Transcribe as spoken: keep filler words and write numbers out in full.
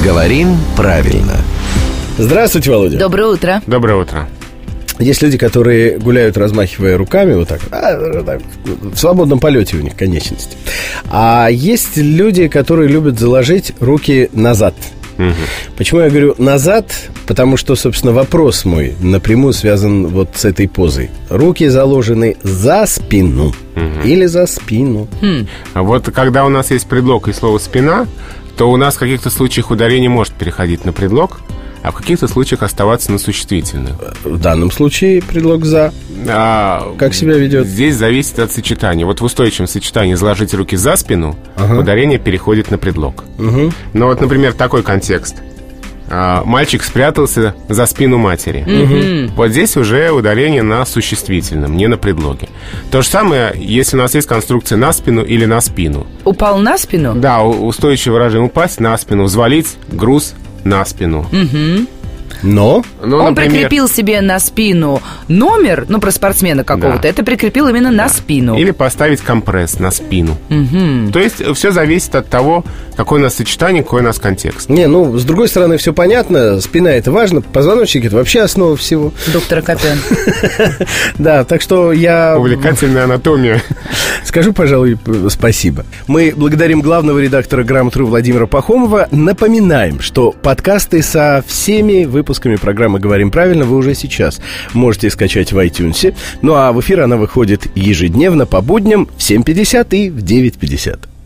Говорим правильно. Здравствуйте, Володя. Доброе утро. Доброе утро. Есть люди, которые гуляют, размахивая руками вот так, а, так в свободном полете у них конечности. А есть люди, которые любят заложить руки назад. Угу. Почему я говорю назад? Потому что, собственно, вопрос мой напрямую связан вот с этой позой. Руки заложены за спину угу. или за спину. Хм. Вот когда у нас есть предлог и слово «спина», то у нас в каких-то случаях ударение может переходить на предлог, а в каких-то случаях оставаться на существительное. В данном случае предлог «за». А, как себя ведет? Здесь зависит от сочетания. Вот в устойчивом сочетании «сложить руки за спину» ага. ударение переходит на предлог. Угу. Но вот, например, такой контекст. А, мальчик спрятался за спину матери. Угу. Вот здесь уже ударение на существительном, не на предлоге. То же самое, если у нас есть конструкция «на спину» или «на спину». Упал на спину? Да, устойчивое выражение «упасть на спину», «взвалить груз на спину». Угу. Но ну, он например... прикрепил себе на спину номер, ну, про спортсмена какого-то, да. это прикрепил именно да. на спину. Или поставить компресс на спину. Угу. То есть все зависит от того, какое у нас сочетание, какой у нас контекст. Не, ну, с другой стороны, все понятно, спина это важно, позвоночник это вообще основа всего. Доктор Акопян. Да, так что я... Увлекательная анатомия. Скажу, пожалуй, спасибо. Мы благодарим главного редактора «Грамотру» Владимира Пахомова. Напоминаем, что подкасты со всеми выпусками программы «Говорим правильно» вы уже сейчас можете скачать в iTunes. Ну а в эфир она выходит ежедневно по будням в семь пятьдесят и в девять пятьдесят.